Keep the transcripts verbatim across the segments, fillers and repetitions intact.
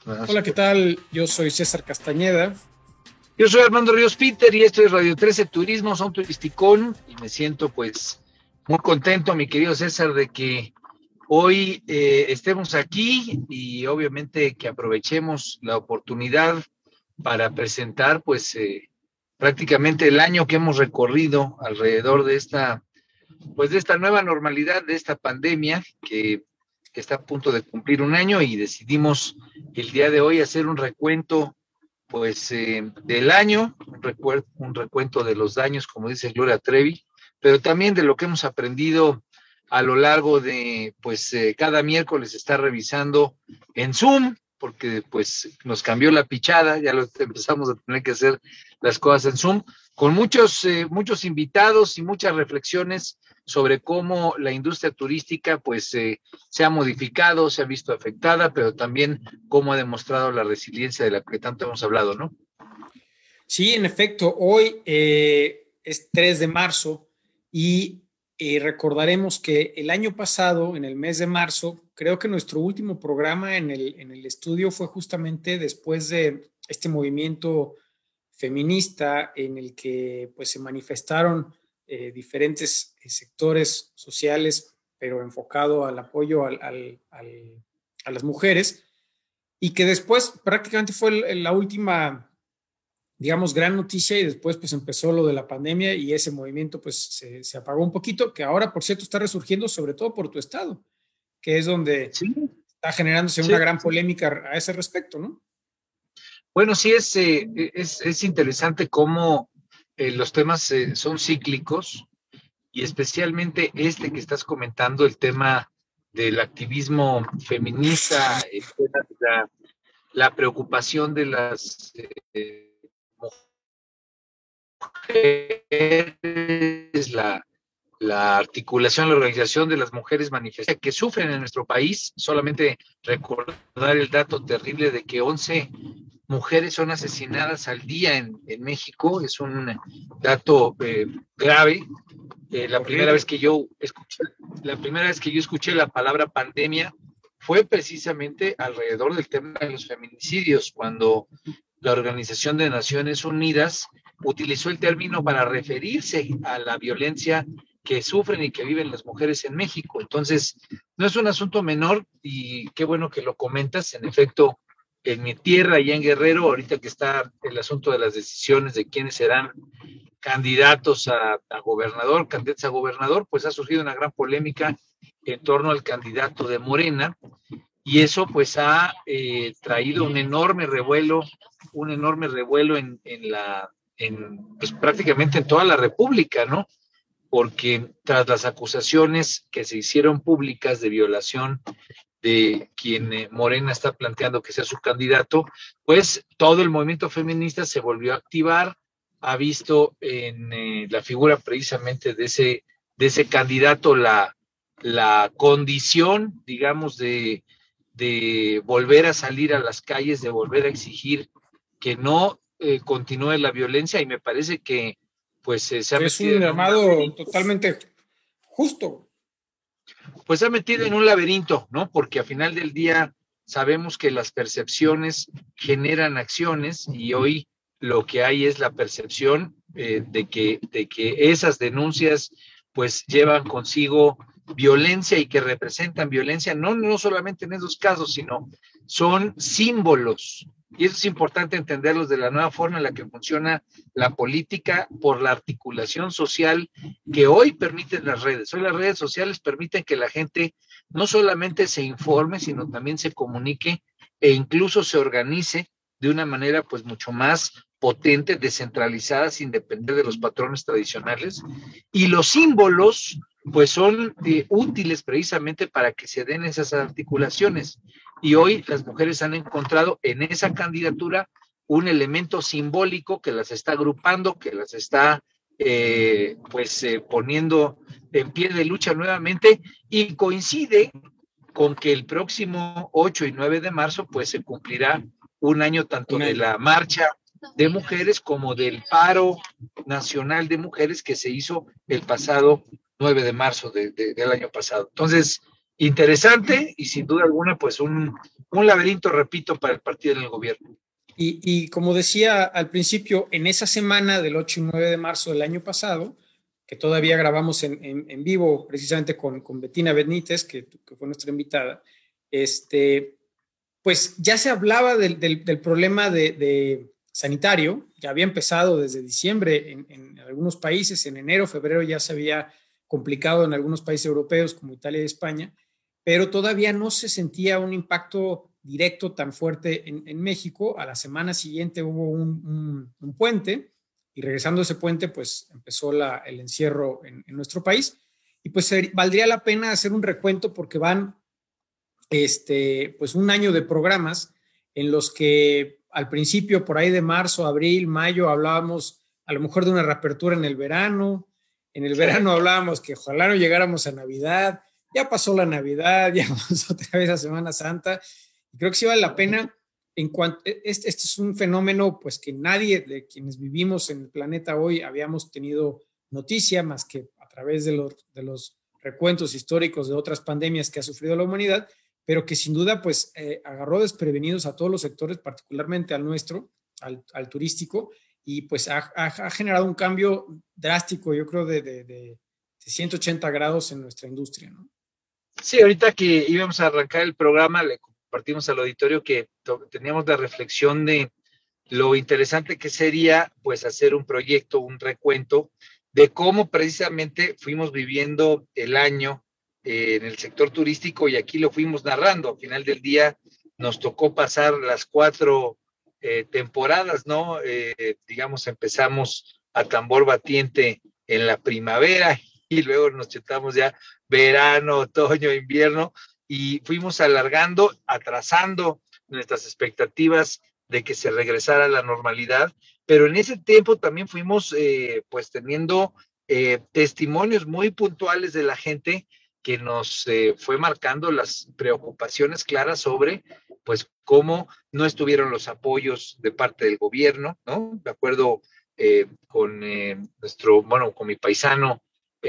Ah, Hola, ¿qué súper. tal? Yo soy César Castañeda. Yo soy Armando Ríos Peter y esto es Radio trece Turismo, Son Turisticón, y me siento pues muy contento, mi querido César, de que hoy eh, estemos aquí y obviamente que aprovechemos la oportunidad para presentar pues eh, prácticamente el año que hemos recorrido alrededor de esta pues de esta nueva normalidad, de esta pandemia que, que está a punto de cumplir un año, y decidimos el día de hoy hacer un recuento pues eh, del año, un, recuer un recuento de los daños, como dice Gloria Trevi, pero también de lo que hemos aprendido a lo largo de, pues eh, cada miércoles estar revisando en Zoom, porque pues nos cambió la pichada, ya lo empezamos a tener que hacer las cosas en Zoom, con muchos, eh, muchos invitados y muchas reflexiones sobre cómo la industria turística pues eh, se ha modificado, se ha visto afectada, pero también cómo ha demostrado la resiliencia de la que tanto hemos hablado, ¿no? Sí, en efecto, hoy eh, es tres de marzo y eh, recordaremos que el año pasado, en el mes de marzo, creo que nuestro último programa en el, en el estudio fue justamente después de este movimiento feminista en el que pues se manifestaron eh, diferentes eh, sectores sociales, pero enfocado al apoyo al, al, al, a las mujeres, y que después prácticamente fue el, la última, digamos, gran noticia, y después pues empezó lo de la pandemia y ese movimiento pues se, se apagó un poquito, que ahora por cierto está resurgiendo sobre todo por tu estado, que es donde Sí, está generándose sí. una gran polémica a ese respecto, ¿no? Bueno, sí es, eh, es, es interesante cómo eh, los temas eh, son cíclicos, y especialmente este que estás comentando, el tema del activismo feminista, el tema de la, la preocupación de las eh, mujeres, la, la articulación, la organización de las mujeres manifestadas que sufren en nuestro país. Solamente recordar el dato terrible de que once mujeres son asesinadas al día en, en México, es un dato eh, grave. Eh, la primera vez Horrible. que yo escuché, la primera vez que yo escuché la palabra pandemia fue precisamente alrededor del tema de los feminicidios, cuando la Organización de Naciones Unidas utilizó el término para referirse a la violencia que sufren y que viven las mujeres en México. Entonces, no es un asunto menor, y qué bueno que lo comentas. En efecto, en mi tierra, allá en Guerrero, ahorita que está el asunto de las decisiones de quiénes serán candidatos a, a gobernador, candidatos a gobernador, pues ha surgido una gran polémica en torno al candidato de Morena, y eso pues ha eh, traído un enorme revuelo, un enorme revuelo en, en la, en, pues prácticamente en toda la República, ¿no? Porque tras las acusaciones que se hicieron públicas de violación de quien eh, Morena está planteando que sea su candidato, pues todo el movimiento feminista se volvió a activar, ha visto en eh, la figura precisamente de ese, de ese candidato la, la condición, digamos, de, de volver a salir a las calles, de volver a exigir que no eh, continúe la violencia, y me parece que pues eh, se ha Es metido un en un llamado laberinto, totalmente justo. pues se ha metido en un laberinto, ¿no? Porque a final del día sabemos que las percepciones generan acciones, y hoy lo que hay es la percepción eh, de, que, de que esas denuncias pues llevan consigo violencia y que representan violencia, no, no solamente en esos casos, sino son símbolos. Y eso es importante entenderlos de la nueva forma en la que funciona la política por la articulación social que hoy permiten las redes. Hoy las redes sociales permiten que la gente no solamente se informe, sino también se comunique e incluso se organice de una manera pues mucho más potente, descentralizada, sin depender de los patrones tradicionales. Y los símbolos pues son eh, útiles precisamente para que se den esas articulaciones. Y hoy las mujeres han encontrado en esa candidatura un elemento simbólico que las está agrupando, que las está eh, pues eh, poniendo en pie de lucha nuevamente, y coincide con que el próximo ocho y nueve de marzo pues se cumplirá un año tanto Un de año. la marcha de mujeres como del paro nacional de mujeres que se hizo el pasado nueve de marzo de, de, del año pasado. Entonces, interesante, y sin duda alguna pues un, un laberinto, repito, para el partido en el gobierno. Y, y como decía al principio, en esa semana del ocho y nueve de marzo del año pasado, que todavía grabamos en, en, en vivo precisamente con, con Betina Benítez, que, que fue nuestra invitada, este, pues ya se hablaba del, del, del problema de, de sanitario, ya había empezado desde diciembre en, en algunos países, en enero, febrero ya se había complicado en algunos países europeos como Italia y España, pero todavía no se sentía un impacto directo tan fuerte en, en México. A la semana siguiente hubo un, un, un puente y regresando a ese puente, pues empezó la, el encierro en, en nuestro país. Y pues eh, valdría la pena hacer un recuento porque van este, pues un año de programas en los que al principio, por ahí de marzo, abril, mayo, hablábamos a lo mejor de una reapertura en el verano. En el verano hablábamos que ojalá no llegáramos a Navidad. Ya pasó la Navidad, ya vamos otra vez a Semana Santa. Y creo que sí vale la pena. En cuanto, este, este es un fenómeno pues que nadie de quienes vivimos en el planeta hoy habíamos tenido noticia más que a través de los, de los recuentos históricos de otras pandemias que ha sufrido la humanidad, pero que sin duda pues eh, agarró desprevenidos a todos los sectores, particularmente al nuestro, al, al turístico, y pues ha, ha, ha, generado un cambio drástico, yo creo, de, de, de ciento ochenta grados en nuestra industria, ¿no? Sí, ahorita que íbamos a arrancar el programa, le compartimos al auditorio que teníamos la reflexión de lo interesante que sería pues hacer un proyecto, un recuento de cómo precisamente fuimos viviendo el año eh, en el sector turístico, y aquí lo fuimos narrando. Al final del día nos tocó pasar las cuatro eh, temporadas, ¿no? Eh, digamos, empezamos a tambor batiente en la primavera y luego nos chutamos ya verano, otoño, invierno, y fuimos alargando, atrasando nuestras expectativas de que se regresara a la normalidad, pero en ese tiempo también fuimos eh, pues teniendo eh, testimonios muy puntuales de la gente que nos eh, fue marcando las preocupaciones claras sobre pues cómo no estuvieron los apoyos de parte del gobierno, ¿no? De acuerdo eh, con eh, nuestro, bueno, con mi paisano,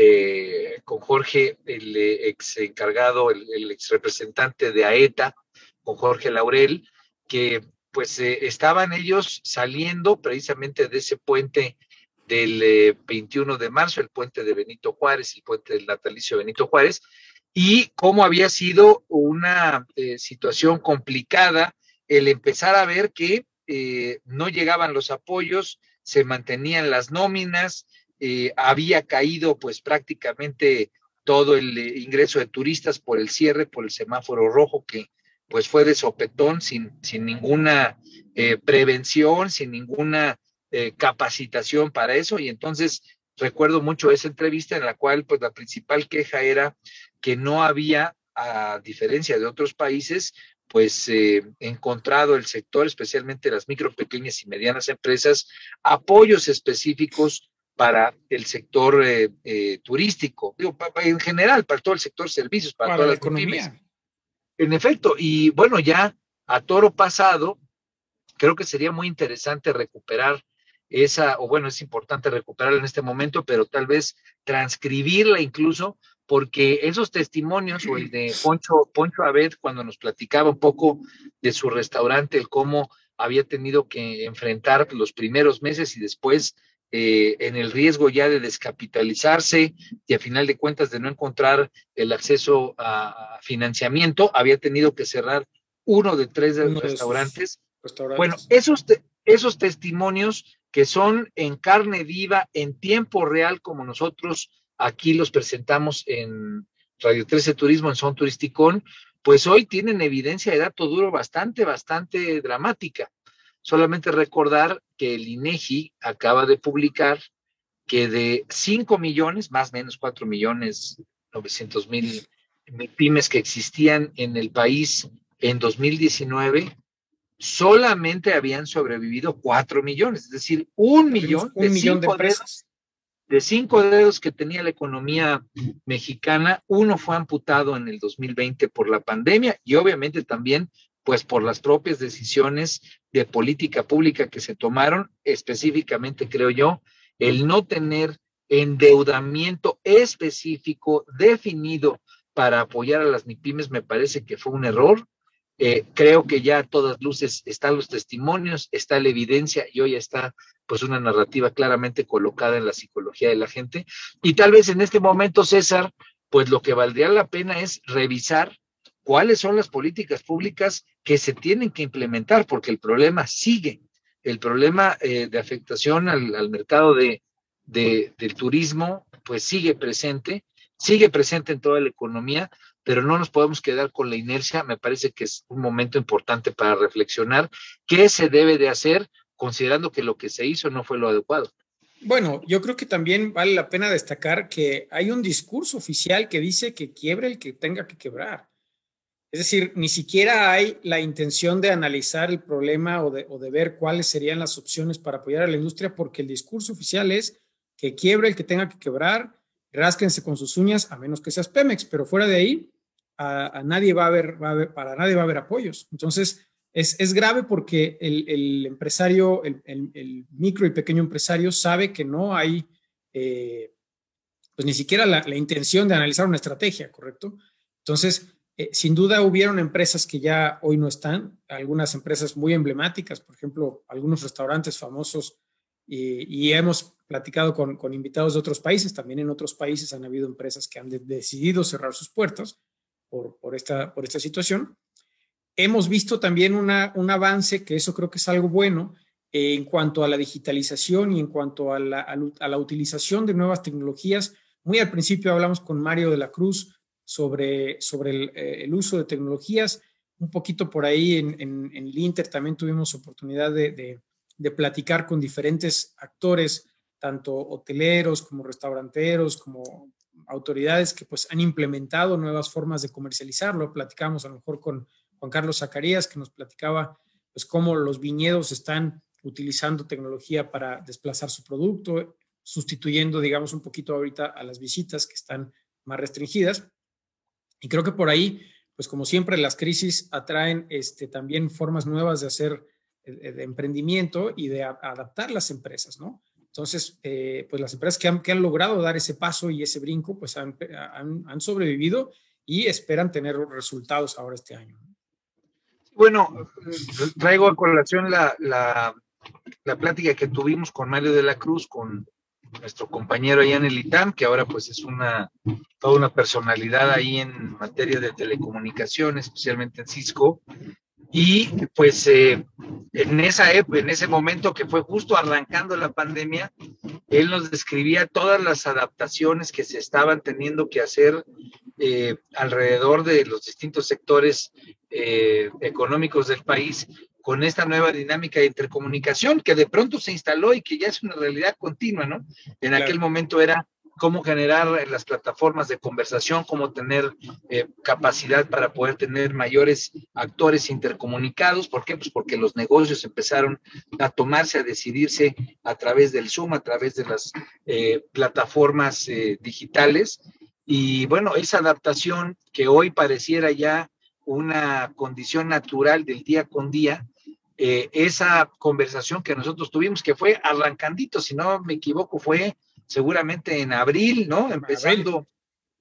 eh, con Jorge, el eh, ex encargado, el, el ex representante de AETA, con Jorge Laurel, que pues eh, estaban ellos saliendo precisamente de ese puente del eh, veintiuno de marzo, el puente de Benito Juárez, el puente del natalicio de Benito Juárez, y cómo había sido una eh, situación complicada el empezar a ver que eh, no llegaban los apoyos, se mantenían las nóminas, eh, había caído pues prácticamente todo el eh, ingreso de turistas por el cierre, por el semáforo rojo que pues fue de sopetón, sin, sin ninguna eh, prevención, sin ninguna eh, capacitación para eso, y entonces recuerdo mucho esa entrevista en la cual pues la principal queja era que no había, a diferencia de otros países, pues eh, encontrado el sector, especialmente las micro, pequeñas y medianas empresas, apoyos específicos para el sector eh, eh, turístico, digo, pa, pa, en general, para todo el sector servicios, para, para todas la las economía. pymes. En efecto, y bueno, ya a toro pasado, creo que sería muy interesante recuperar esa, o bueno, es importante recuperarla en este momento, pero tal vez transcribirla incluso, porque esos testimonios, o el de Poncho, Poncho Abed, cuando nos platicaba un poco de su restaurante, el cómo había tenido que enfrentar los primeros meses y después eh, en el riesgo ya de descapitalizarse y a final de cuentas de no encontrar el acceso a financiamiento, había tenido que cerrar uno de tres Uno de restaurantes. Bueno, restaurantes. esos, te, esos testimonios que son en carne viva, en tiempo real, como nosotros aquí los presentamos en Radio trece Turismo, en Son Turisticón, pues hoy tienen evidencia de dato duro bastante, bastante dramática. Solamente recordar que el INEGI acaba de publicar que de cinco millones, más o menos cuatro millones novecientos mil pymes que existían en el país en dos mil diecinueve, solamente habían sobrevivido cuatro millones, es decir, un millón un de millón de cinco empresas. dedos, de cinco dedos que tenía la economía mexicana, uno fue amputado en el dos mil veinte por la pandemia y obviamente también pues por las propias decisiones de política pública que se tomaron, específicamente creo yo, el no tener endeudamiento específico definido para apoyar a las MIPYMES me parece que fue un error. Eh, creo que ya a todas luces están los testimonios, está la evidencia y hoy está pues una narrativa claramente colocada en la psicología de la gente. Y tal vez en este momento, César, pues lo que valdría la pena es revisar cuáles son las políticas públicas que se tienen que implementar, porque el problema sigue. El problema eh, de afectación al, al mercado de, de, del turismo, pues sigue presente, sigue presente en toda la economía, pero no nos podemos quedar con la inercia. Me parece que es un momento importante para reflexionar qué se debe de hacer, considerando que lo que se hizo no fue lo adecuado. Bueno, yo creo que también vale la pena destacar que hay un discurso oficial que dice que quiebre el que tenga que quebrar. Es decir, ni siquiera hay la intención de analizar el problema o de, o de ver cuáles serían las opciones para apoyar a la industria, porque el discurso oficial es que quiebre el que tenga que quebrar, rásquense con sus uñas, a menos que seas Pemex, pero fuera de ahí, a, a nadie va a haber, va a haber, para nadie va a haber apoyos. Entonces, es, es grave porque el, el empresario, el, el, el, micro y pequeño empresario sabe que no hay, eh, pues ni siquiera la, la intención de analizar una estrategia, ¿correcto? Entonces, Eh, sin duda hubieron empresas que ya hoy no están, algunas empresas muy emblemáticas, por ejemplo, algunos restaurantes famosos, y, y hemos platicado con, con invitados de otros países, también en otros países han habido empresas que han de, decidido cerrar sus puertas por, por, esta, por esta situación. Hemos visto también una, un avance, que eso creo que es algo bueno, eh, en cuanto a la digitalización y en cuanto a la, a la utilización de nuevas tecnologías. Muy al principio hablamos con Mario de la Cruz sobre, sobre el, eh, el uso de tecnologías. Un poquito por ahí en, en, en el Inter también tuvimos oportunidad de, de, de platicar con diferentes actores, tanto hoteleros como restauranteros, como autoridades que pues han implementado nuevas formas de comercializarlo. Platicamos a lo mejor con Juan Carlos Zacarías, que nos platicaba pues cómo los viñedos están utilizando tecnología para desplazar su producto, sustituyendo, digamos, un poquito ahorita a las visitas que están más restringidas. Y creo que por ahí, pues como siempre, las crisis atraen este, también formas nuevas de hacer de, de emprendimiento y de a, adaptar las empresas, ¿no? Entonces, eh, pues las empresas que han, que han logrado dar ese paso y ese brinco, pues han, han, han sobrevivido y esperan tener resultados ahora este año. Bueno, traigo a colación la, la, la plática que tuvimos con Mario de la Cruz, con nuestro compañero allá en el I T A M, que ahora pues es una, toda una personalidad ahí en materia de telecomunicaciones, especialmente en Cisco. Y pues eh, en esa época, en ese momento que fue justo arrancando la pandemia, él nos describía todas las adaptaciones que se estaban teniendo que hacer eh, alrededor de los distintos sectores eh, económicos del país con esta nueva dinámica de intercomunicación que de pronto se instaló y que ya es una realidad continua, ¿no? En claro. Aquel momento era cómo generar las plataformas de conversación, cómo tener eh, capacidad para poder tener mayores actores intercomunicados. ¿Por qué? Pues porque los negocios empezaron a tomarse, a decidirse a través del Zoom, a través de las eh, plataformas eh, digitales. Y bueno, esa adaptación que hoy pareciera ya una condición natural del día con día, eh, esa conversación que nosotros tuvimos, que fue arrancandito, si no me equivoco, fue seguramente en abril, ¿no? Empezando, abril.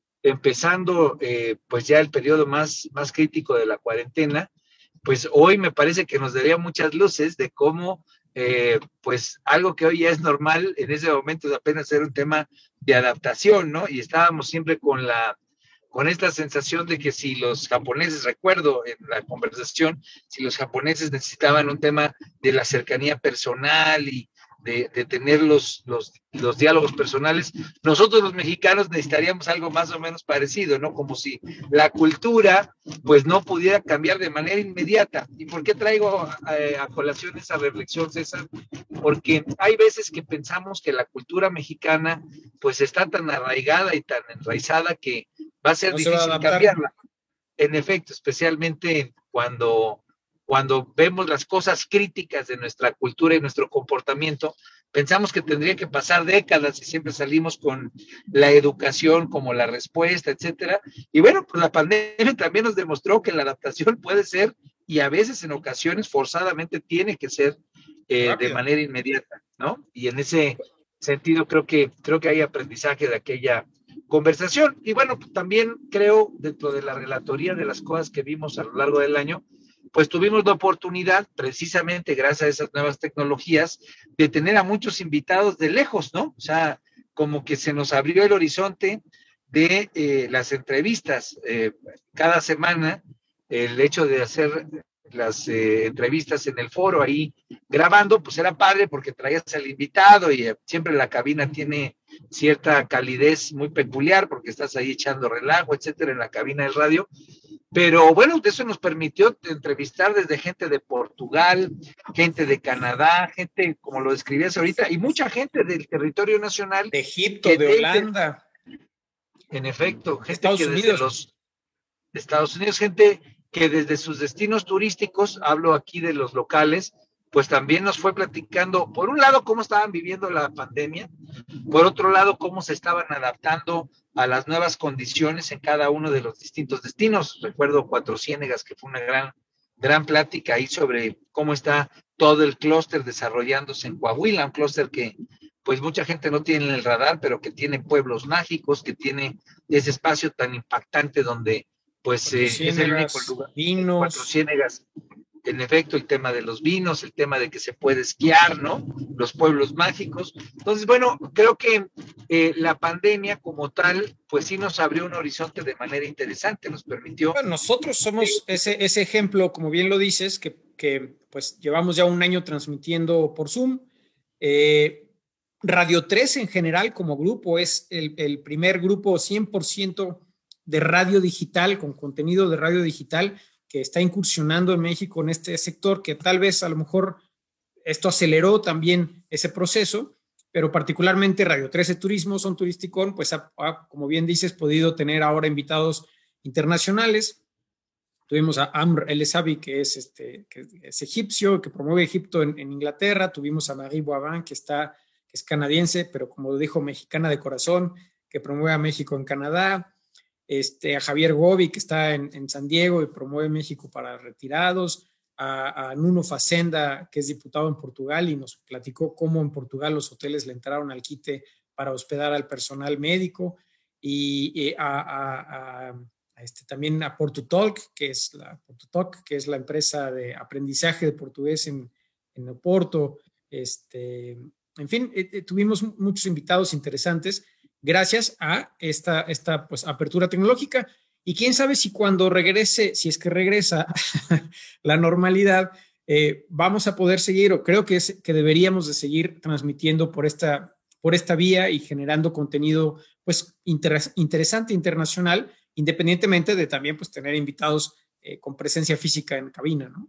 empezando eh, pues ya el periodo más, más crítico de la cuarentena, pues hoy me parece que nos daría muchas luces de cómo, eh, pues algo que hoy ya es normal, en ese momento es apenas era un tema de adaptación, ¿no? Y estábamos siempre con la, con esta sensación de que si los japoneses, recuerdo en la conversación, si los japoneses necesitaban un tema de la cercanía personal y De, de tener los, los, los diálogos personales, nosotros los mexicanos necesitaríamos algo más o menos parecido, ¿no? Como si la cultura, pues, no pudiera cambiar de manera inmediata. ¿Y por qué traigo a, a colación esa reflexión, César? Porque hay veces que pensamos que la cultura mexicana, pues, está tan arraigada y tan enraizada que va a ser no difícil cambiarla. En efecto, especialmente cuando... cuando vemos las cosas críticas de nuestra cultura y nuestro comportamiento, pensamos que tendría que pasar décadas y siempre salimos con la educación como la respuesta, etcétera. Y bueno, pues la pandemia también nos demostró que la adaptación puede ser, y a veces en ocasiones forzadamente tiene que ser eh, de manera inmediata, ¿no? Y en ese sentido creo que, creo que hay aprendizaje de aquella conversación. Y bueno, pues también creo, dentro de la relatoría de las cosas que vimos a lo largo del año, pues tuvimos la oportunidad, precisamente gracias a esas nuevas tecnologías, de tener a muchos invitados de lejos, ¿no? O sea, como que se nos abrió el horizonte de eh, las entrevistas. Eh, cada semana, el hecho de hacer las eh, entrevistas en el foro ahí grabando, pues era padre porque traías al invitado y eh, siempre la cabina tiene cierta calidez muy peculiar porque estás ahí echando relajo, etcétera, en la cabina del radio. Pero bueno, eso nos permitió entrevistar desde gente de Portugal, gente de Canadá, gente, como lo describías ahorita, y mucha gente del territorio nacional. De Egipto, que de desde, Holanda. En efecto, gente Estados que desde Unidos. los Estados Unidos, gente que desde sus destinos turísticos, hablo aquí de los locales, pues también nos fue platicando, por un lado, cómo estaban viviendo la pandemia, por otro lado, cómo se estaban adaptando a las nuevas condiciones en cada uno de los distintos destinos. Recuerdo Cuatro Ciénegas, que fue una gran, gran plática ahí sobre cómo está todo el clúster desarrollándose en Coahuila, un clúster que pues mucha gente no tiene en el radar, pero que tiene pueblos mágicos, que tiene ese espacio tan impactante donde pues eh, es el único lugar, vinos. Cuatro Ciénegas. En efecto, el tema de los vinos, el tema de que se puede esquiar, ¿no? Los pueblos mágicos. Entonces, bueno, creo que eh, la pandemia como tal, pues sí nos abrió un horizonte de manera interesante, nos permitió. Bueno, nosotros somos ese, ese ejemplo, como bien lo dices, que, que pues llevamos ya un año transmitiendo por Zoom. Eh, Radio tres en general como grupo es el, el primer grupo cien por ciento de radio digital, con contenido de radio digital, que está incursionando en México en este sector, que tal vez a lo mejor esto aceleró también ese proceso, pero particularmente Radio trece Turismo, Son Turisticón, pues ha, ha, como bien dices, podido tener ahora invitados internacionales. Tuvimos a Amr El Esabi, que es, este, que es egipcio, que promueve Egipto en, en Inglaterra. Tuvimos a Marie Boivin, que, está, que es canadiense, pero como dijo, mexicana de corazón, que promueve a México en Canadá. Este, a Javier Gobi, que está en, en San Diego y promueve México para retirados, a, a Nuno Facenda, que es diputado en Portugal y nos platicó cómo en Portugal los hoteles le entraron al quite para hospedar al personal médico, y, y a, a, a, a este, también a Portutalk, que es la Portutalk, que es la empresa de aprendizaje de portugués en, en Oporto. Este, en fin, eh, tuvimos muchos invitados interesantes gracias a esta, esta pues, apertura tecnológica. Y quién sabe si cuando regrese, si es que regresa la normalidad, eh, vamos a poder seguir, o creo que, es, que deberíamos de seguir transmitiendo por esta, por esta vía y generando contenido pues, inter, interesante internacional, independientemente de también pues, tener invitados eh, con presencia física en cabina, ¿no?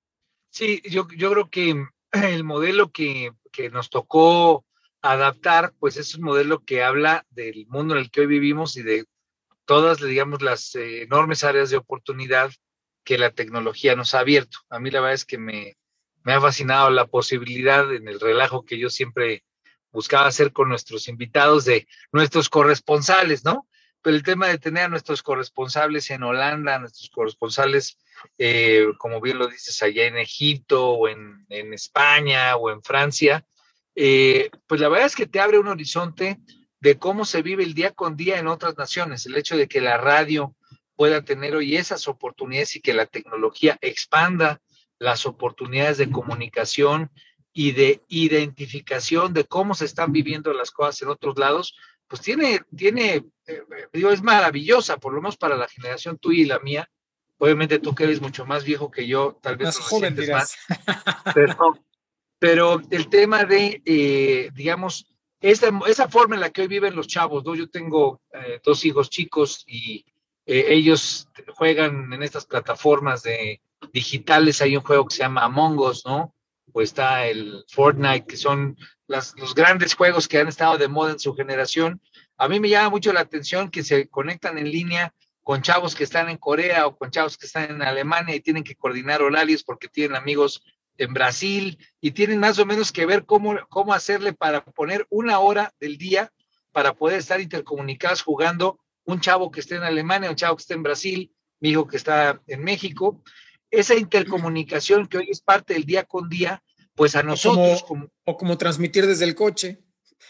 Sí, yo, yo creo que el modelo que, que nos tocó adaptar, pues es un modelo que habla del mundo en el que hoy vivimos y de todas, digamos, las eh, enormes áreas de oportunidad que la tecnología nos ha abierto. A mí la verdad es que me, me ha fascinado la posibilidad en el relajo que yo siempre buscaba hacer con nuestros invitados de nuestros corresponsales, ¿no? Pero el tema de tener a nuestros corresponsales en Holanda, nuestros corresponsales, eh, como bien lo dices, allá en Egipto o en, en España o en Francia, eh, pues la verdad es que te abre un horizonte de cómo se vive el día con día en otras naciones. El hecho de que la radio pueda tener hoy esas oportunidades y que la tecnología expanda las oportunidades de comunicación y de identificación de cómo se están viviendo las cosas en otros lados, pues tiene, tiene, eh, digo, es maravillosa, por lo menos para la generación tuya y la mía. Obviamente tú que eres mucho más viejo que yo, tal vez más lo joven sientes dirás. más, pero, pero el tema de, eh, digamos, esa, esa forma en la que hoy viven los chavos, ¿no? Yo tengo eh, dos hijos chicos y eh, ellos juegan en estas plataformas de digitales. Hay un juego que se llama Among Us, ¿no? O está el Fortnite, que son las, los grandes juegos que han estado de moda en su generación. A mí me llama mucho la atención que se conectan en línea con chavos que están en Corea o con chavos que están en Alemania y tienen que coordinar horarios porque tienen amigos en Brasil y tienen más o menos que ver cómo, cómo hacerle para poner una hora del día para poder estar intercomunicados jugando, un chavo que esté en Alemania, un chavo que esté en Brasil, mi hijo que está en México. Esa intercomunicación que hoy es parte del día con día, pues a nosotros... O como, como, o como transmitir desde el coche.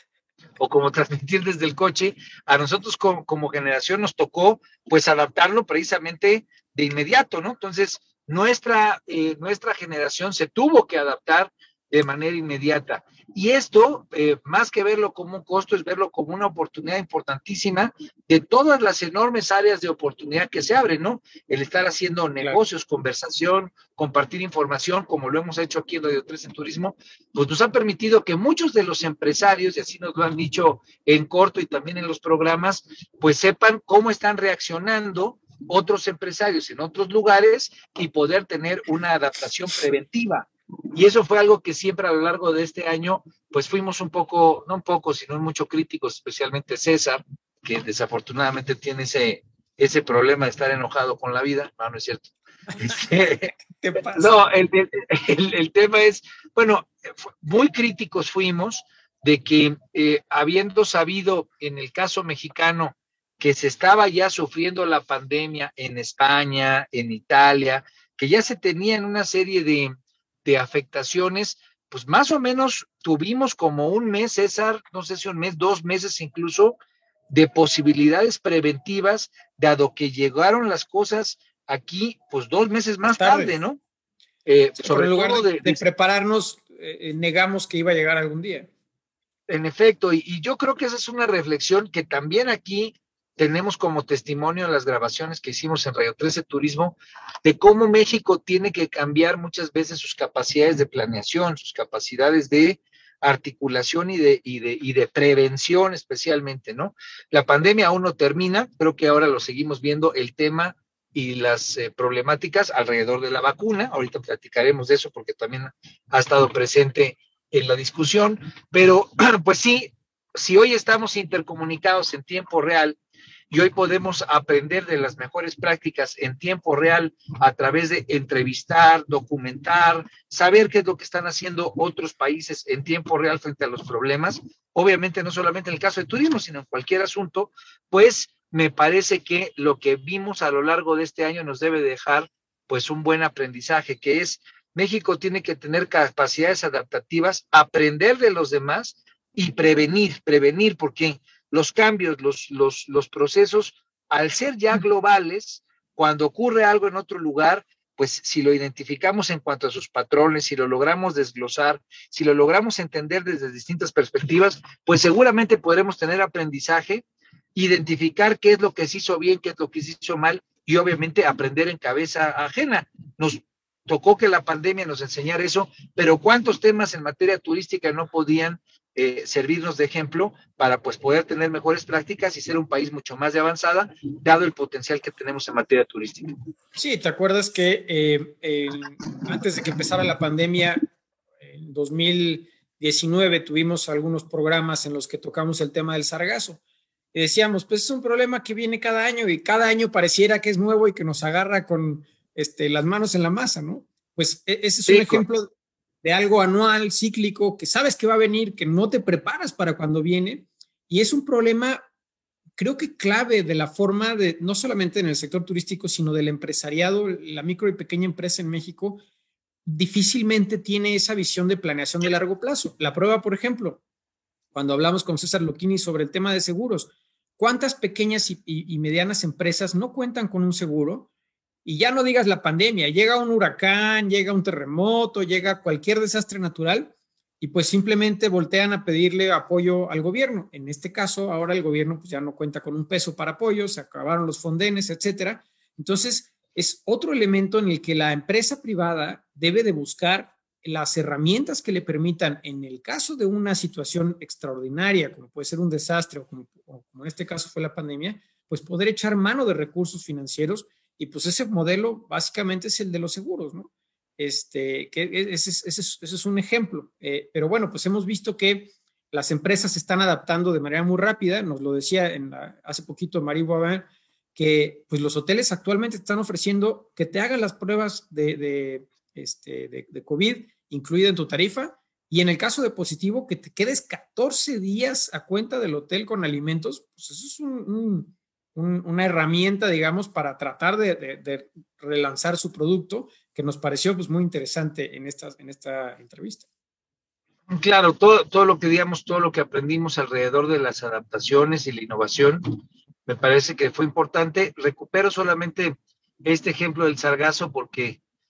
o como transmitir desde el coche, a nosotros como, como generación nos tocó pues adaptarlo precisamente de inmediato, ¿no? Entonces, nuestra, eh, nuestra generación se tuvo que adaptar de manera inmediata. Y esto, eh, más que verlo como un costo, es verlo como una oportunidad importantísima de todas las enormes áreas de oportunidad que se abren, ¿no? El estar haciendo negocios, claro, conversación, compartir información, como lo hemos hecho aquí en Radio tres en Turismo, pues nos ha permitido que muchos de los empresarios, y así nos lo han dicho en corto y también en los programas, pues sepan cómo están reaccionando otros empresarios en otros lugares y poder tener una adaptación preventiva. Y eso fue algo que siempre a lo largo de este año, pues fuimos un poco, no un poco, sino mucho críticos, especialmente César, que desafortunadamente tiene ese, ese problema de estar enojado con la vida. No, no es cierto. Este, ¿Qué pasa? No, el, el, el tema es, bueno, muy críticos fuimos de que eh, habiendo sabido en el caso mexicano que se estaba ya sufriendo la pandemia en España, en Italia, que ya se tenían una serie de, de afectaciones, pues más o menos tuvimos como un mes, César, no sé si un mes, dos meses incluso, de posibilidades preventivas, dado que llegaron las cosas aquí, pues dos meses más tarde, tarde ¿no? Eh, sí, sobre en lugar todo de, de, de prepararnos, eh, negamos que iba a llegar algún día. En efecto, y, y yo creo que esa es una reflexión que también aquí tenemos como testimonio en las grabaciones que hicimos en Radio trece Turismo, de cómo México tiene que cambiar muchas veces sus capacidades de planeación, sus capacidades de articulación y de, y de, y de prevención especialmente, ¿no? La pandemia aún no termina, creo que ahora lo seguimos viendo, el tema y las eh, problemáticas alrededor de la vacuna, ahorita platicaremos de eso porque también ha estado presente en la discusión, pero pues sí, si hoy estamos intercomunicados en tiempo real, y hoy podemos aprender de las mejores prácticas en tiempo real a través de entrevistar, documentar, saber qué es lo que están haciendo otros países en tiempo real frente a los problemas. Obviamente no solamente en el caso de turismo, sino en cualquier asunto, pues me parece que lo que vimos a lo largo de este año nos debe dejar pues un buen aprendizaje, que es México tiene que tener capacidades adaptativas, aprender de los demás y prevenir, prevenir, porque los cambios, los, los, los procesos, al ser ya globales, cuando ocurre algo en otro lugar, pues si lo identificamos en cuanto a sus patrones, si lo logramos desglosar, si lo logramos entender desde distintas perspectivas, pues seguramente podremos tener aprendizaje, identificar qué es lo que se hizo bien, qué es lo que se hizo mal, y obviamente aprender en cabeza ajena. Nos tocó que la pandemia nos enseñara eso, pero ¿cuántos temas en materia turística no podían Eh, servirnos de ejemplo para pues poder tener mejores prácticas y ser un país mucho más de avanzada, dado el potencial que tenemos en materia turística? Sí, ¿te acuerdas que eh, eh, antes de que empezara la pandemia, en dos mil diecinueve tuvimos algunos programas en los que tocamos el tema del sargazo? Y decíamos, pues es un problema que viene cada año y cada año pareciera que es nuevo y que nos agarra con este, las manos en la masa, ¿no? Pues ese es sí, un ejemplo de algo anual, cíclico, que sabes que va a venir, que no te preparas para cuando viene, y es un problema, creo que clave de la forma de, no solamente en el sector turístico, sino del empresariado, la micro y pequeña empresa en México, difícilmente tiene esa visión de planeación de largo plazo. La prueba, por ejemplo, cuando hablamos con César Loquini sobre el tema de seguros, ¿cuántas pequeñas y, y, y medianas empresas no cuentan con un seguro? Y ya no digas la pandemia, llega un huracán, llega un terremoto, llega cualquier desastre natural y pues simplemente voltean a pedirle apoyo al gobierno. En este caso, ahora el gobierno pues ya no cuenta con un peso para apoyo, se acabaron los fondenes, etcétera. Entonces, es otro elemento en el que la empresa privada debe de buscar las herramientas que le permitan, en el caso de una situación extraordinaria, como puede ser un desastre o como, o como en este caso fue la pandemia, pues poder echar mano de recursos financieros. Y pues ese modelo básicamente es el de los seguros, ¿no? Este, que ese, ese, ese, ese es un ejemplo. Eh, pero bueno, pues hemos visto que las empresas se están adaptando de manera muy rápida. Nos lo decía en la, hace poquito Marie Boivin, que pues los hoteles actualmente están ofreciendo que te hagan las pruebas de, de, este, de, de COVID incluida en tu tarifa. Y en el caso de positivo, que te quedes catorce días a cuenta del hotel con alimentos, pues eso es un... un Un, una herramienta, digamos, para tratar de, de, de relanzar su producto, que nos pareció pues, muy interesante en esta, en esta entrevista. Claro, todo, todo lo que digamos, todo lo que aprendimos alrededor de las adaptaciones y la innovación, me parece que fue importante. Recupero solamente este ejemplo del sargazo porque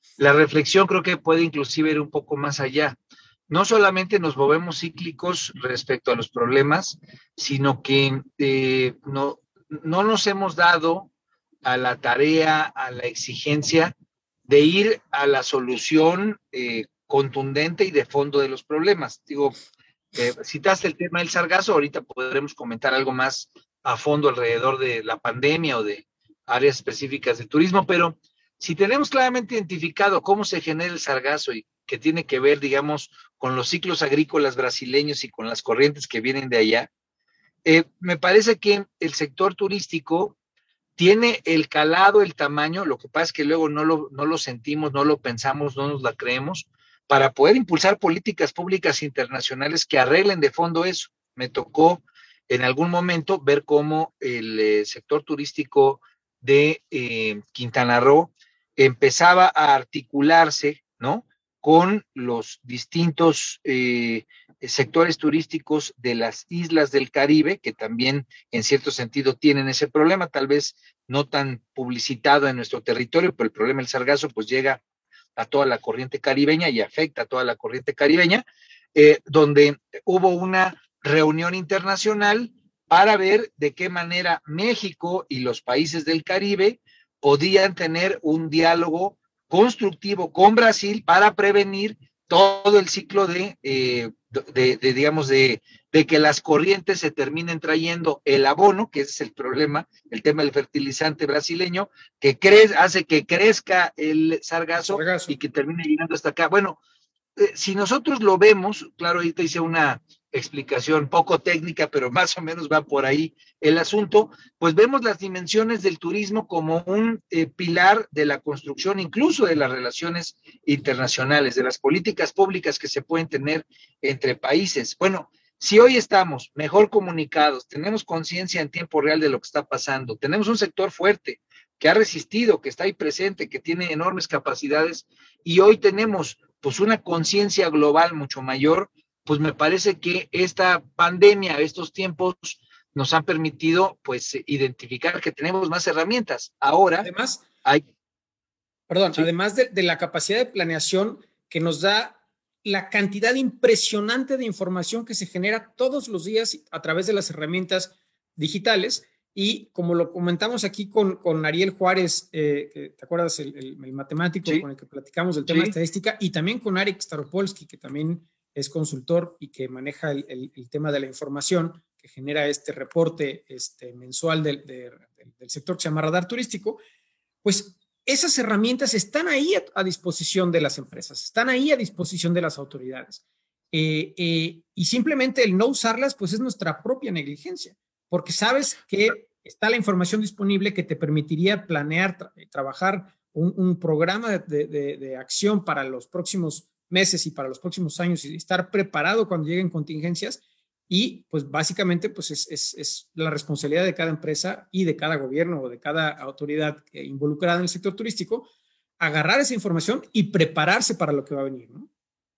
La reflexión creo que puede inclusive ir un poco más allá. No solamente nos movemos cíclicos respecto a los problemas, sino que eh, no, no nos hemos dado a la tarea, a la exigencia de ir a la solución eh, contundente y de fondo de los problemas. Digo, eh, citaste el tema del sargazo, ahorita podremos comentar algo más a fondo alrededor de la pandemia o de áreas específicas de turismo, pero si tenemos claramente identificado cómo se genera el sargazo y que tiene que ver, digamos, con los ciclos agrícolas brasileños y con las corrientes que vienen de allá, eh, me parece que el sector turístico tiene el calado, el tamaño, lo que pasa es que luego no lo, no lo sentimos, no lo pensamos, no nos la creemos, para poder impulsar políticas públicas internacionales que arreglen de fondo eso. Me tocó en algún momento ver cómo el eh, sector turístico de eh, Quintana Roo empezaba a articularse, ¿no? Con los distintos eh, sectores turísticos de las islas del Caribe, que también en cierto sentido tienen ese problema, tal vez no tan publicitado en nuestro territorio, pero el problema del sargazo pues llega a toda la corriente caribeña y afecta a toda la corriente caribeña, eh, donde hubo una reunión internacional para ver de qué manera México y los países del Caribe podían tener un diálogo constructivo con Brasil para prevenir todo el ciclo de, eh, de, de digamos, de, de que las corrientes se terminen trayendo el abono, que ese es el problema, el tema del fertilizante brasileño, que cre hace que crezca el sargazo, el sargazo y que termine llegando hasta acá. Bueno, eh, si nosotros lo vemos, claro, ahorita hice una explicación poco técnica, pero más o menos va por ahí el asunto, pues vemos las dimensiones del turismo como un eh, pilar de la construcción, incluso de las relaciones internacionales, de las políticas públicas que se pueden tener entre países. Bueno, si hoy estamos mejor comunicados, tenemos conciencia en tiempo real de lo que está pasando, tenemos un sector fuerte que ha resistido, que está ahí presente, que tiene enormes capacidades, y hoy tenemos pues una conciencia global mucho mayor, pues me parece que esta pandemia, estos tiempos nos han permitido pues identificar que tenemos más herramientas. Ahora además, hay... Perdón, ¿sí? Además de, de la capacidad de planeación que nos da la cantidad impresionante de información que se genera todos los días a través de las herramientas digitales. Y como lo comentamos aquí con, con Ariel Juárez, eh, ¿te acuerdas? El, el, el matemático sí. con el que platicamos del tema sí. de estadística, y también con Arik Staropolsky, que también es consultor y que maneja el, el, el tema de la información, que genera este reporte este, mensual del, de, del sector que se llama Radar Turístico. Pues esas herramientas están ahí a, a disposición de las empresas, están ahí a disposición de las autoridades. Eh, eh, y simplemente el no usarlas, pues es nuestra propia negligencia, porque sabes que está la información disponible que te permitiría planear, tra trabajar un, un programa de, de, de acción para los próximos meses y para los próximos años y estar preparado cuando lleguen contingencias. Y pues básicamente pues es, es, es la responsabilidad de cada empresa y de cada gobierno o de cada autoridad involucrada en el sector turístico agarrar esa información y prepararse para lo que va a venir, ¿no?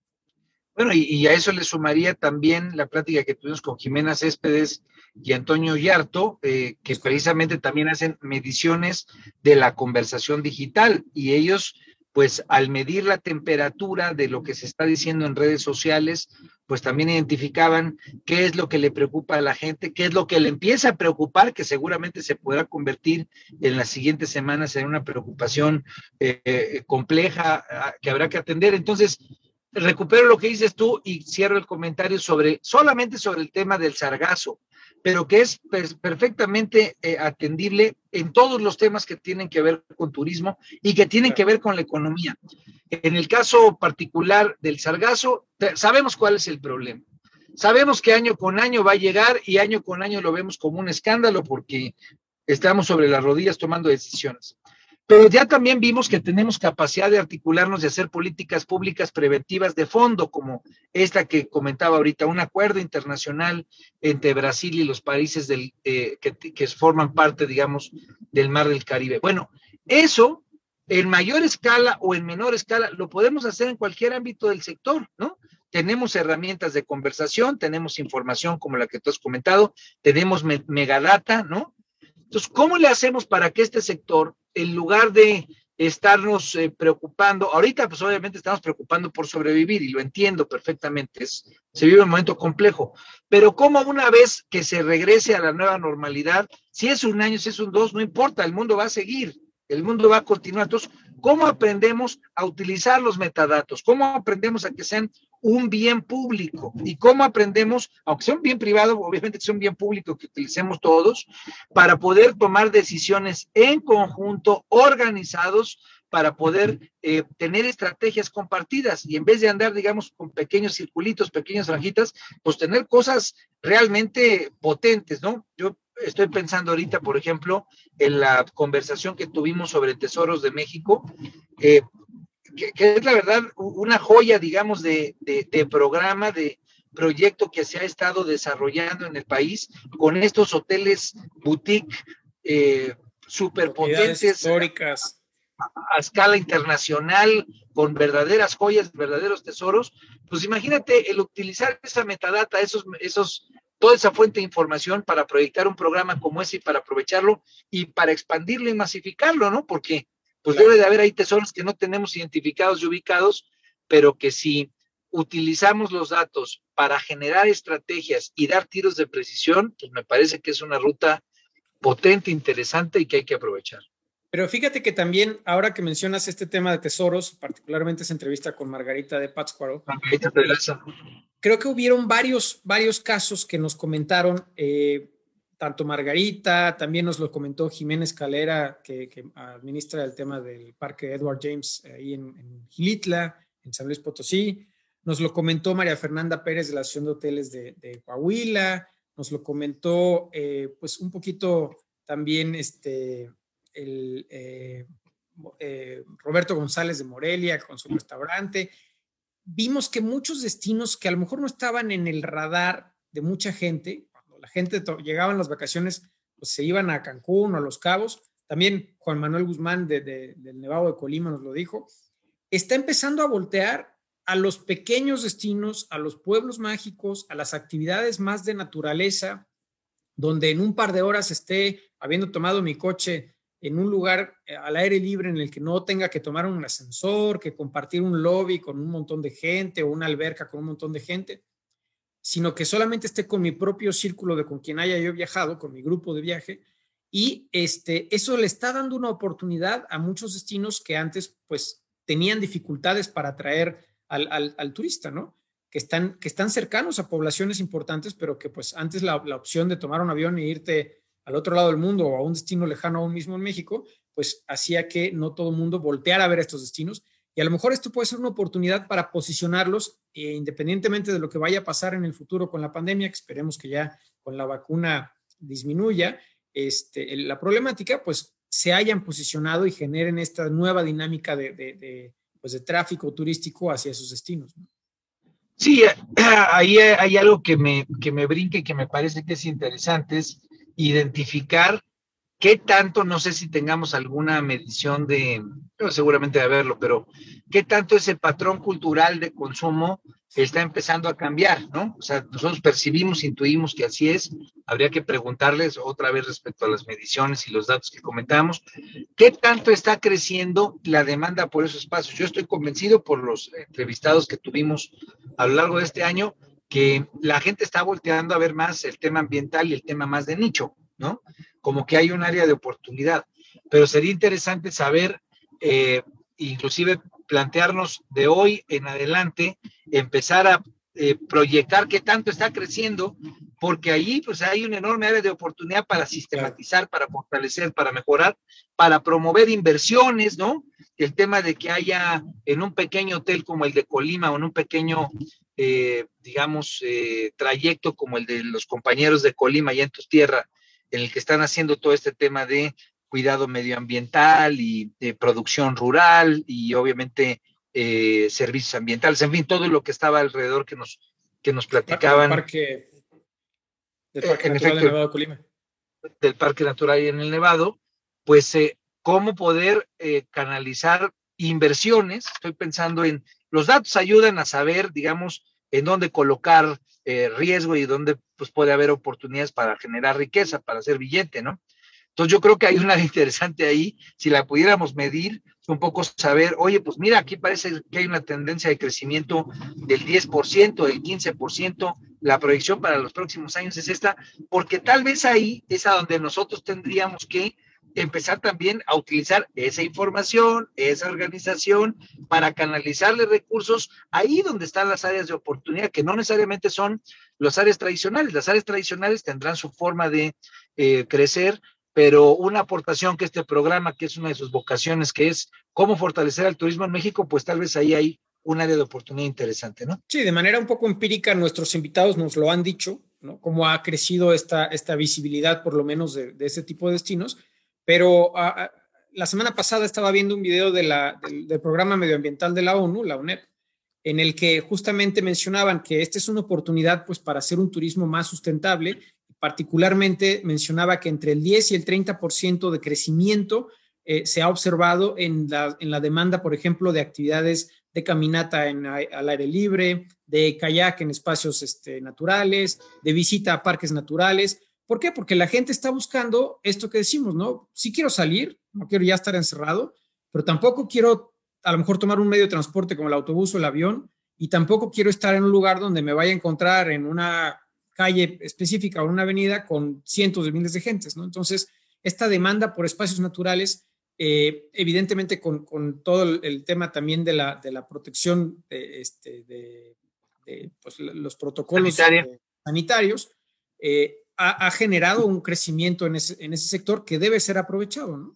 Bueno, y, y a eso le sumaría también la plática que tuvimos con Jimena Céspedes y Antonio Yarto, eh, que precisamente también hacen mediciones de la conversación digital, y ellos, pues al medir la temperatura de lo que se está diciendo en redes sociales, pues también identificaban qué es lo que le preocupa a la gente, qué es lo que le empieza a preocupar, que seguramente se podrá convertir en las siguientes semanas en una preocupación eh, compleja que habrá que atender. Entonces, recupero lo que dices tú y cierro el comentario sobre, solamente sobre el tema del sargazo, pero que es per perfectamente eh, atendible en todos los temas que tienen que ver con turismo y que tienen que ver con la economía. En el caso particular del sargazo, sabemos cuál es el problema. Sabemos que año con año va a llegar y año con año lo vemos como un escándalo porque estamos sobre las rodillas tomando decisiones. Pero ya también vimos que tenemos capacidad de articularnos, de hacer políticas públicas preventivas de fondo, como esta que comentaba ahorita, un acuerdo internacional entre Brasil y los países del, eh, que, que forman parte, digamos, del Mar del Caribe. Bueno, eso, en mayor escala o en menor escala, lo podemos hacer en cualquier ámbito del sector, ¿no? Tenemos herramientas de conversación, tenemos información como la que tú has comentado, tenemos me megadata, ¿no? Entonces, ¿cómo le hacemos para que este sector, en lugar de estarnos eh, preocupando. Ahorita, pues obviamente estamos preocupando por sobrevivir y lo entiendo perfectamente, es, se vive un momento complejo, pero como una vez que se regrese a la nueva normalidad, si es un año, si es un dos, no importa, el mundo va a seguir, el mundo va a continuar. Entonces, ¿cómo aprendemos a utilizar los metadatos? ¿Cómo aprendemos a que sean un bien público? ¿Y cómo aprendemos, aunque sea un bien privado, obviamente que sea un bien público que utilicemos todos, para poder tomar decisiones en conjunto, organizados, para poder eh, tener estrategias compartidas y en vez de andar, digamos, con pequeños circulitos, pequeñas franjitas, pues tener cosas realmente potentes, ¿no? Yo estoy pensando ahorita, por ejemplo, en la conversación que tuvimos sobre tesoros de México, eh, que, que, es la verdad una joya, digamos, de, de, de programa, de proyecto que se ha estado desarrollando en el país con estos hoteles boutique eh, superpotentes, históricas a escala internacional, con verdaderas joyas, verdaderos tesoros. Pues imagínate el utilizar esa metadata, esos, esos, toda esa fuente de información para proyectar un programa como ese y para aprovecharlo y para expandirlo y masificarlo, ¿no? Porque pues claro, debe de haber ahí tesoros que no tenemos identificados y ubicados, pero que si utilizamos los datos para generar estrategias y dar tiros de precisión, pues me parece que es una ruta potente, interesante y que hay que aprovechar. Pero fíjate que también, ahora que mencionas este tema de tesoros, particularmente esa entrevista con Margarita de Pátzcuaro, Margarita Pedraza, creo que hubieron varios, varios casos que nos comentaron, eh, tanto Margarita, también nos lo comentó Jiménez Calera, que, que administra el tema del Parque Edward James ahí en, en Gilitla, en San Luis Potosí, nos lo comentó María Fernanda Pérez de la Asociación de Hoteles de, de Coahuila, nos lo comentó eh, pues un poquito también este... el eh, eh, Roberto González de Morelia con su restaurante. Vimos que muchos destinos que a lo mejor no estaban en el radar de mucha gente, cuando la gente llegaba en las vacaciones, pues se iban a Cancún o a Los Cabos. También Juan Manuel Guzmán de, de, del Nevado de Colima nos lo dijo. Está empezando a voltear a los pequeños destinos, a los pueblos mágicos, a las actividades más de naturaleza, donde en un par de horas esté, habiendo tomado mi coche en un lugar al aire libre en el que no tenga que tomar un ascensor, que compartir un lobby con un montón de gente o una alberca con un montón de gente, sino que solamente esté con mi propio círculo de con quien haya yo viajado, con mi grupo de viaje, y este, eso le está dando una oportunidad a muchos destinos que antes pues tenían dificultades para atraer al, al, al turista, ¿no? Que están, que están cercanos a poblaciones importantes, pero que pues antes la, la opción de tomar un avión e irte al otro lado del mundo o a un destino lejano aún mismo en México, pues hacía que no todo el mundo volteara a ver estos destinos. Y a lo mejor esto puede ser una oportunidad para posicionarlos, eh, independientemente de lo que vaya a pasar en el futuro con la pandemia, que esperemos que ya con la vacuna disminuya este, la problemática, pues se hayan posicionado y generen esta nueva dinámica de, de, de, pues, de tráfico turístico hacia esos destinos, ¿no? Sí, ahí hay algo que me, que me brinca y que me parece que es interesante, es identificar qué tanto, no sé si tengamos alguna medición de, bueno, seguramente de haberlo, pero qué tanto ese patrón cultural de consumo está empezando a cambiar, ¿no? O sea, nosotros percibimos, intuimos que así es, habría que preguntarles otra vez respecto a las mediciones y los datos que comentamos, qué tanto está creciendo la demanda por esos espacios. Yo estoy convencido por los entrevistados que tuvimos a lo largo de este año que la gente está volteando a ver más el tema ambiental y el tema más de nicho, ¿no? Como que hay un área de oportunidad, pero sería interesante saber, eh, inclusive plantearnos de hoy en adelante, empezar a eh, proyectar qué tanto está creciendo, porque ahí pues hay una enorme área de oportunidad para sistematizar, para fortalecer, para mejorar, para promover inversiones, ¿no? El tema de que haya en un pequeño hotel como el de Colima o en un pequeño, eh, digamos, eh, trayecto como el de los compañeros de Colima y en tus tierras, en el que están haciendo todo este tema de cuidado medioambiental y de producción rural y obviamente eh, servicios ambientales, en fin, todo lo que estaba alrededor que nos, que nos platicaban. Del parque, del eh, parque en natural efecto, de Nevado de Colima. Del Parque Natural y en el Nevado, pues eh, cómo poder eh, canalizar inversiones. Estoy pensando en, los datos ayudan a saber, digamos, en dónde colocar eh, riesgo y dónde pues, puede haber oportunidades para generar riqueza, para hacer billete, ¿no? Entonces yo creo que hay una interesante ahí, si la pudiéramos medir, un poco saber, oye, pues mira, aquí parece que hay una tendencia de crecimiento del diez por ciento, del quince por ciento, la proyección para los próximos años es esta, porque tal vez ahí es a donde nosotros tendríamos que empezar también a utilizar esa información, esa organización, para canalizarle recursos ahí donde están las áreas de oportunidad, que no necesariamente son las áreas tradicionales. Las áreas tradicionales tendrán su forma de eh, crecer, pero una aportación que este programa, que es una de sus vocaciones, que es cómo fortalecer al turismo en México, pues tal vez ahí hay un área de oportunidad interesante, ¿no? Sí, de manera un poco empírica, nuestros invitados nos lo han dicho, ¿no? Cómo ha crecido esta, esta visibilidad, por lo menos, de, de este tipo de destinos. Pero uh, la semana pasada estaba viendo un video de la, del, del programa medioambiental de la ONU, la UNEP, en el que justamente mencionaban que esta es una oportunidad, pues, para hacer un turismo más sustentable. Particularmente mencionaba que entre el diez y el treinta por ciento de crecimiento eh, se ha observado en la, en la demanda, por ejemplo, de actividades de caminata en, al aire libre, de kayak en espacios este, naturales, de visita a parques naturales. ¿Por qué? Porque la gente está buscando esto que decimos, ¿no? Sí quiero salir, no quiero ya estar encerrado, pero tampoco quiero a lo mejor tomar un medio de transporte como el autobús o el avión, y tampoco quiero estar en un lugar donde me vaya a encontrar en una calle específica o una avenida con cientos de miles de gentes, ¿no? Entonces, esta demanda por espacios naturales, eh, evidentemente con, con todo el, el tema también de la, de la protección de, este, de, de pues, los protocolos Sanitaria. eh, sanitarios, eh, ha, ha generado un crecimiento en ese, en ese sector que debe ser aprovechado, ¿no?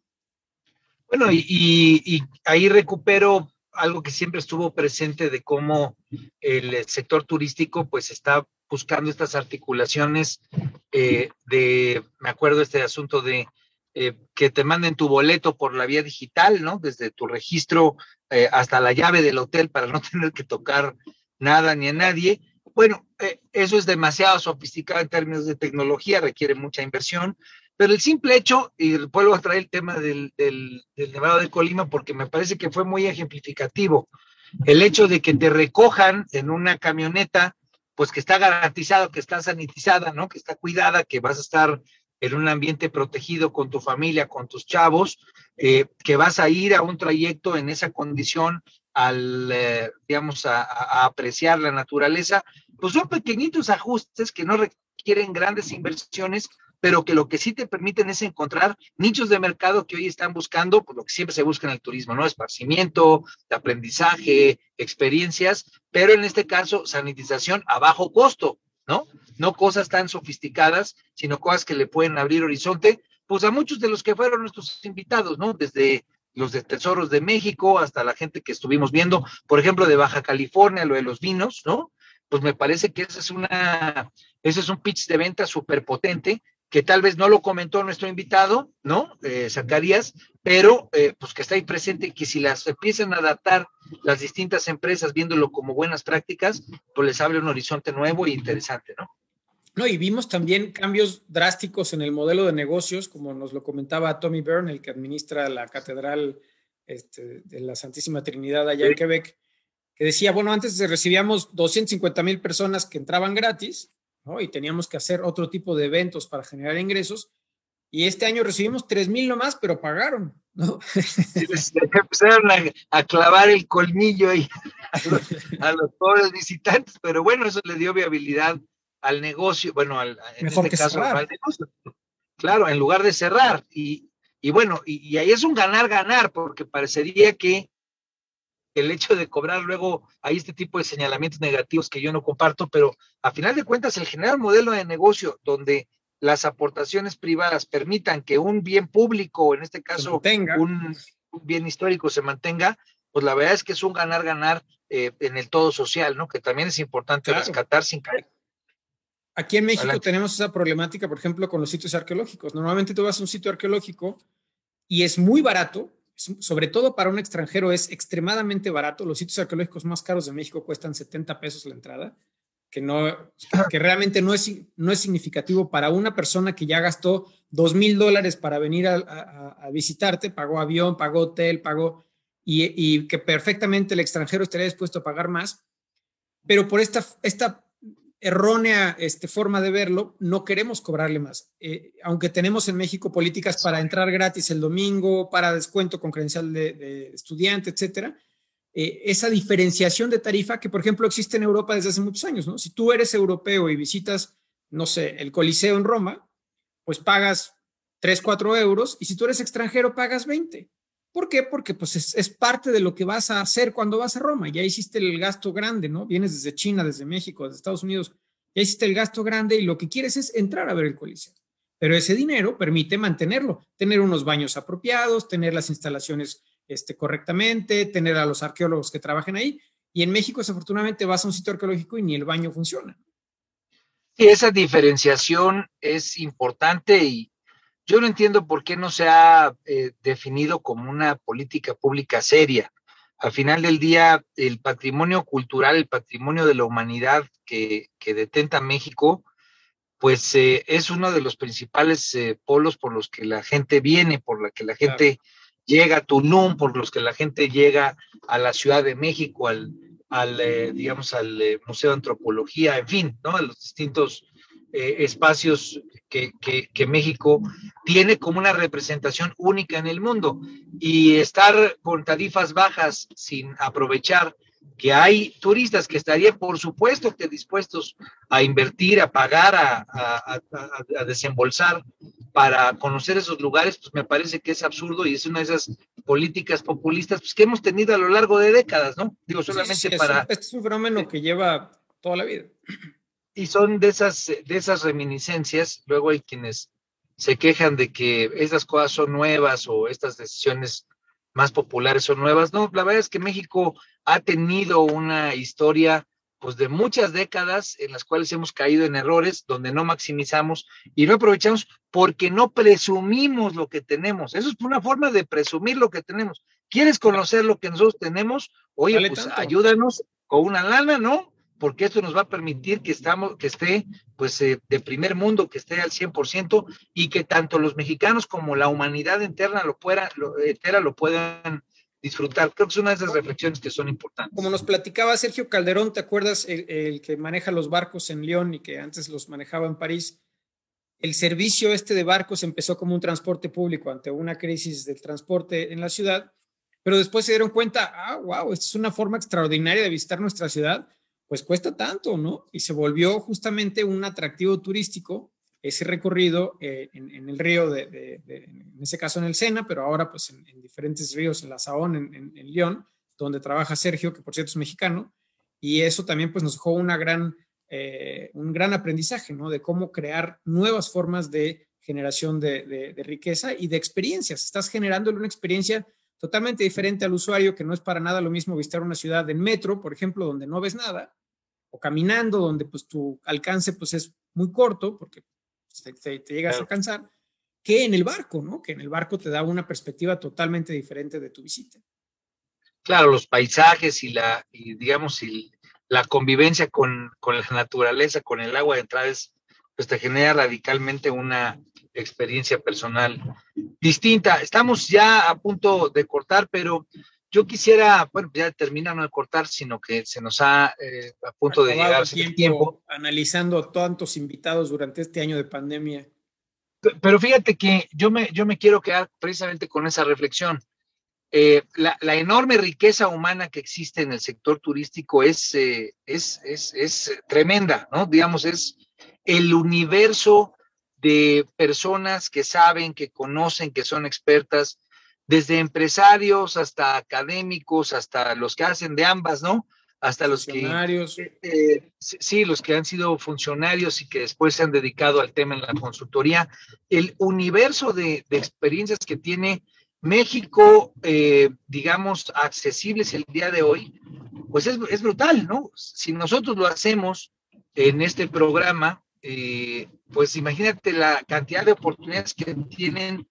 Bueno, y, y, y ahí recupero algo que siempre estuvo presente de cómo el sector turístico pues está buscando estas articulaciones eh, de, me acuerdo este asunto de eh, que te manden tu boleto por la vía digital, ¿no? Desde tu registro eh, hasta la llave del hotel para no tener que tocar nada ni a nadie. Bueno, eh, eso es demasiado sofisticado en términos de tecnología, requiere mucha inversión, pero el simple hecho, y vuelvo a traer el tema del, del, del Nevado de Colima porque me parece que fue muy ejemplificativo, el hecho de que te recojan en una camioneta, pues que está garantizado, que está sanitizada, ¿no? Que está cuidada, que vas a estar en un ambiente protegido con tu familia, con tus chavos, eh, que vas a ir a un trayecto en esa condición al, eh, digamos, a, a apreciar la naturaleza, pues son pequeñitos ajustes que no requieren grandes inversiones, pero que lo que sí te permiten es encontrar nichos de mercado que hoy están buscando, pues lo que siempre se busca en el turismo, ¿no? Esparcimiento, de aprendizaje, experiencias, pero en este caso, sanitización a bajo costo, ¿no? No cosas tan sofisticadas, sino cosas que le pueden abrir horizonte, pues a muchos de los que fueron nuestros invitados, ¿no? Desde los de Tesoros de México hasta la gente que estuvimos viendo, por ejemplo, de Baja California, lo de los vinos, ¿no? Pues me parece que ese es una, ese es un pitch de venta súper potente, que tal vez no lo comentó nuestro invitado, ¿no? Eh, Zacarías, pero eh, pues que está ahí presente y que si las empiezan a adaptar las distintas empresas viéndolo como buenas prácticas, pues les abre un horizonte nuevo e interesante, ¿no? No, y vimos también cambios drásticos en el modelo de negocios, como nos lo comentaba Tommy Byrne, el que administra la catedral este, de la Santísima Trinidad allá sí. en Quebec, que decía, bueno, antes recibíamos doscientas cincuenta mil personas que entraban gratis, ¿no? Y teníamos que hacer otro tipo de eventos para generar ingresos, y este año recibimos tres mil nomás, pero pagaron, ¿no? Sí, empezaron a, a clavar el colmillo ahí a los, a los pobres visitantes, pero bueno, eso le dio viabilidad al negocio, bueno, al, en Mejor este que caso cerrar. al negocio. Claro, en lugar de cerrar. Y, y bueno, y, y ahí es un ganar-ganar, porque parecería que el hecho de cobrar luego hay este tipo de señalamientos negativos que yo no comparto, pero a final de cuentas el generar un modelo de negocio donde las aportaciones privadas permitan que un bien público, en este caso un, un bien histórico, se mantenga, pues la verdad es que es un ganar-ganar eh, en el todo social, ¿no? Que también es importante claro. rescatar sin caer. Aquí en México Adelante. Tenemos esa problemática, por ejemplo, con los sitios arqueológicos. Normalmente tú vas a un sitio arqueológico y es muy barato, sobre todo para un extranjero es extremadamente barato. Los sitios arqueológicos más caros de México cuestan setenta pesos la entrada, que, no, que realmente no es, no es significativo para una persona que ya gastó dos mil dólares para venir a, a, a visitarte, pagó avión, pagó hotel, pagó, y, y que perfectamente el extranjero estaría dispuesto a pagar más, pero por esta, esta errónea este, forma de verlo, no queremos cobrarle más. Eh, aunque tenemos en México políticas para entrar gratis el domingo, para descuento con credencial de, de estudiante, etcétera, eh, esa diferenciación de tarifa que, por ejemplo, existe en Europa desde hace muchos años, ¿no? Si tú eres europeo y visitas, no sé, el Coliseo en Roma, pues pagas tres, cuatro euros, y si tú eres extranjero pagas veinte. ¿Por qué? Porque pues es, es, parte de lo que vas a hacer cuando vas a Roma. Ya hiciste el gasto grande, ¿no? Vienes desde China, desde México, desde Estados Unidos, ya hiciste el gasto grande y lo que quieres es entrar a ver el Coliseo. Pero ese dinero permite mantenerlo, tener unos baños apropiados, tener las instalaciones este, correctamente, tener a los arqueólogos que trabajen ahí. Y en México, desafortunadamente, vas a un sitio arqueológico y ni el baño funciona. Sí, esa diferenciación es importante y yo no entiendo por qué no se ha eh, definido como una política pública seria. Al final del día, el patrimonio cultural, el patrimonio de la humanidad que, que detenta México, pues eh, es uno de los principales eh, polos por los que la gente viene, por la que la gente claro. llega a Tulum, por los que la gente llega a la Ciudad de México, al, al eh, digamos, al eh, Museo de Antropología, en fin, ¿no? A los distintos eh, espacios que, que, que México tiene como una representación única en el mundo. Y estar con tarifas bajas sin aprovechar que hay turistas que estarían, por supuesto, que dispuestos a invertir, a pagar, a, a, a, a desembolsar para conocer esos lugares, pues me parece que es absurdo y es una de esas políticas populistas pues, que hemos tenido a lo largo de décadas, ¿no? Digo, solamente sí, sí, para... Es un, este es un fenómeno que lleva toda la vida. Y son de esas, de esas reminiscencias, luego hay quienes se quejan de que estas cosas son nuevas o estas decisiones más populares son nuevas. No, la verdad es que México ha tenido una historia pues de muchas décadas en las cuales hemos caído en errores, donde no maximizamos y no aprovechamos porque no presumimos lo que tenemos. Eso es una forma de presumir lo que tenemos. ¿Quieres conocer lo que nosotros tenemos? Oye, Vale pues tanto. ayúdanos con una lana, ¿no? Porque esto nos va a permitir que, estamos, que esté pues, eh, de primer mundo, que esté al cien por ciento y que tanto los mexicanos como la humanidad entera lo, pueda, lo, entera lo puedan disfrutar. Creo que es una de esas reflexiones que son importantes. Como nos platicaba Sergio Calderón, ¿te acuerdas? El, el que maneja los barcos en Lyon y que antes los manejaba en París. El servicio este de barcos empezó como un transporte público ante una crisis del transporte en la ciudad, pero después se dieron cuenta, ah, wow, esta es una forma extraordinaria de visitar nuestra ciudad, pues cuesta tanto, ¿no? Y se volvió justamente un atractivo turístico ese recorrido eh, en, en el río, de, de, de, en ese caso en el Sena, pero ahora pues en, en diferentes ríos, en la Saón, en, en, en Lyon, donde trabaja Sergio, que por cierto es mexicano, y eso también pues nos dejó una gran, eh, un gran aprendizaje, ¿no? De cómo crear nuevas formas de generación de, de, de riqueza y de experiencias. Estás generándole una experiencia totalmente diferente al usuario, que no es para nada lo mismo visitar una ciudad en metro, por ejemplo, donde no ves nada, o caminando, donde pues tu alcance pues es muy corto, porque te, te, te llegas claro. a cansar, que en el barco, ¿no? Que en el barco te da una perspectiva totalmente diferente de tu visita. Claro, los paisajes y la, y digamos, y la convivencia con, con la naturaleza, con el agua de entrada, pues te genera radicalmente una experiencia personal distinta. Estamos ya a punto de cortar, pero yo quisiera, bueno, ya terminar no de cortar, sino que se nos ha eh, a punto de llegar el tiempo, tiempo analizando tantos invitados durante este año de pandemia. Pero fíjate que yo me, yo me quiero quedar precisamente con esa reflexión. Eh, la, la enorme riqueza humana que existe en el sector turístico es, eh, es, es, es tremenda, ¿no? Digamos, es el universo de personas que saben, que conocen, que son expertas, desde empresarios hasta académicos, hasta los que hacen de ambas, ¿no? Hasta los que, eh, sí, los que han sido funcionarios y que después se han dedicado al tema en la consultoría. El universo de, de experiencias que tiene México, eh, digamos, accesibles el día de hoy, pues es, es brutal, ¿no? Si nosotros lo hacemos en este programa, eh, pues imagínate la cantidad de oportunidades que tienen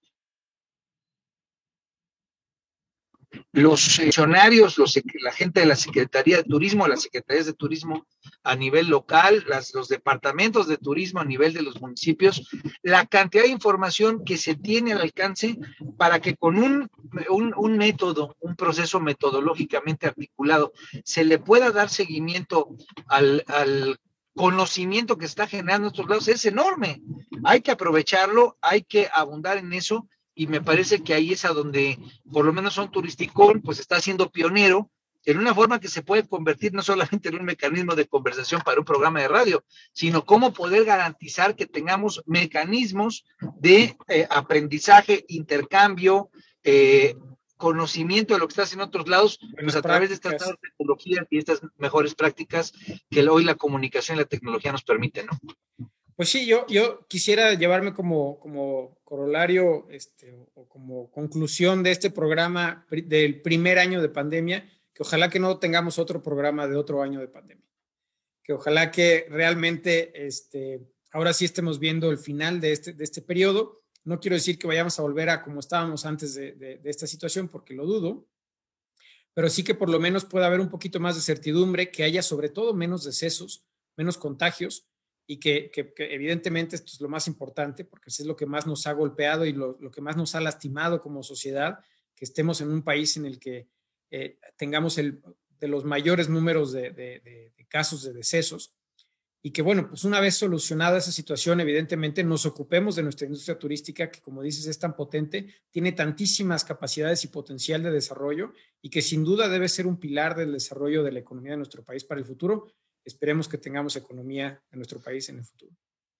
los funcionarios, los, la gente de la Secretaría de Turismo, las secretarías de turismo a nivel local, las, los departamentos de turismo a nivel de los municipios, la cantidad de información que se tiene al alcance para que con un, un, un método, un proceso metodológicamente articulado, se le pueda dar seguimiento al, al conocimiento que está generando estos lados es enorme. Hay que aprovecharlo, hay que abundar en eso, y me parece que ahí es a donde, por lo menos Son Turisticón, pues está siendo pionero en una forma que se puede convertir no solamente en un mecanismo de conversación para un programa de radio, sino cómo poder garantizar que tengamos mecanismos de eh, aprendizaje, intercambio, eh, conocimiento de lo que está haciendo en otros lados, pues a través de estas nuevas tecnologías y estas mejores prácticas que hoy la comunicación y la tecnología nos permiten, ¿no? Pues sí, yo, yo quisiera llevarme como, como corolario este, o como conclusión de este programa del primer año de pandemia, que ojalá que no tengamos otro programa de otro año de pandemia, que ojalá que realmente este, ahora sí estemos viendo el final de este, de este periodo. No quiero decir que vayamos a volver a como estábamos antes de, de, de esta situación, porque lo dudo, pero sí que por lo menos pueda haber un poquito más de certidumbre, que haya sobre todo menos decesos, menos contagios, y que, que, que evidentemente esto es lo más importante, porque es lo que más nos ha golpeado y lo, lo que más nos ha lastimado como sociedad, que estemos en un país en el que eh, tengamos el, de los mayores números de, de, de, de casos de decesos, y que bueno, pues una vez solucionada esa situación, evidentemente nos ocupemos de nuestra industria turística, que como dices es tan potente, tiene tantísimas capacidades y potencial de desarrollo, y que sin duda debe ser un pilar del desarrollo de la economía de nuestro país para el futuro. Esperemos que tengamos economía en nuestro país en el futuro.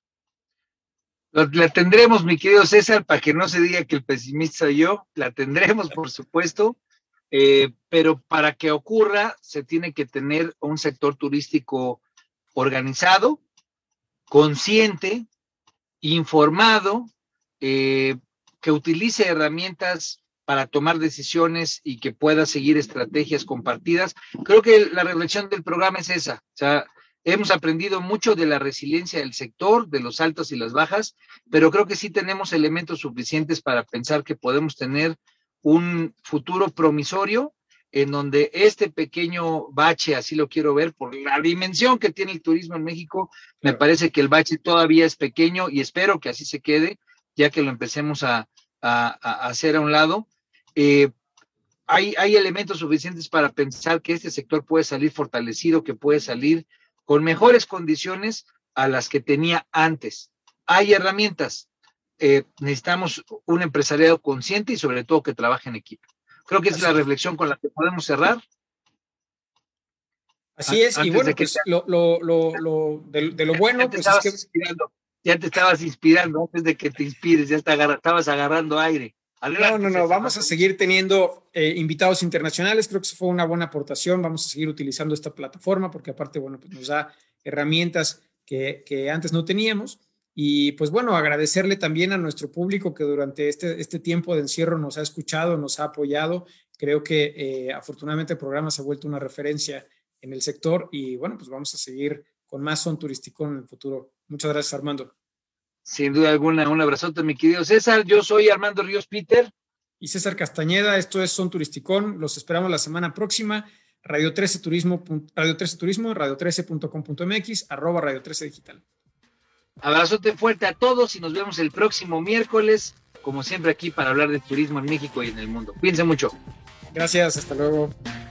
La tendremos, mi querido César, para que no se diga que el pesimista soy yo, la tendremos, por supuesto, eh, pero para que ocurra se tiene que tener un sector turístico organizado, consciente, informado, eh, que utilice herramientas para tomar decisiones y que pueda seguir estrategias compartidas. Creo que la reflexión del programa es esa. O sea, hemos aprendido mucho de la resiliencia del sector, de los altos y las bajas, pero creo que sí tenemos elementos suficientes para pensar que podemos tener un futuro promisorio en donde este pequeño bache, así lo quiero ver, por la dimensión que tiene el turismo en México, me parece que el bache todavía es pequeño y espero que así se quede, ya que lo empecemos a, a, a hacer a un lado. Eh, hay, hay elementos suficientes para pensar que este sector puede salir fortalecido, que puede salir con mejores condiciones a las que tenía antes. Hay herramientas. Eh, necesitamos un empresariado consciente y sobre todo que trabaje en equipo. Creo que esa es la reflexión con la que podemos cerrar. Así es, y bueno, pues te... lo, lo, lo, lo de, de lo bueno, pues es que... Inspirando, ya te estabas inspirando antes de que te inspires, ya te agarra, estabas agarrando aire. Adelante, no, no, no, vamos a seguir teniendo eh, invitados internacionales, creo que eso fue una buena aportación, vamos a seguir utilizando esta plataforma porque aparte, bueno, pues nos da herramientas que, que antes no teníamos. Y pues bueno, agradecerle también a nuestro público que durante este, este tiempo de encierro nos ha escuchado, nos ha apoyado. Creo que eh, afortunadamente el programa se ha vuelto una referencia en el sector y bueno, pues vamos a seguir con más Son Turisticón en el futuro. Muchas gracias, Armando. Sin duda alguna, un abrazote, mi querido César. Yo soy Armando Ríos Peter. Y César Castañeda, esto es Son Turisticón. Los esperamos la semana próxima. Radio trece Turismo, Radio trece Turismo, radio trece punto com punto m x, arroba Radio trece Digital. Abrazote fuerte a todos y nos vemos el próximo miércoles, como siempre aquí para hablar de turismo en México y en el mundo. Cuídense mucho. Gracias, hasta luego.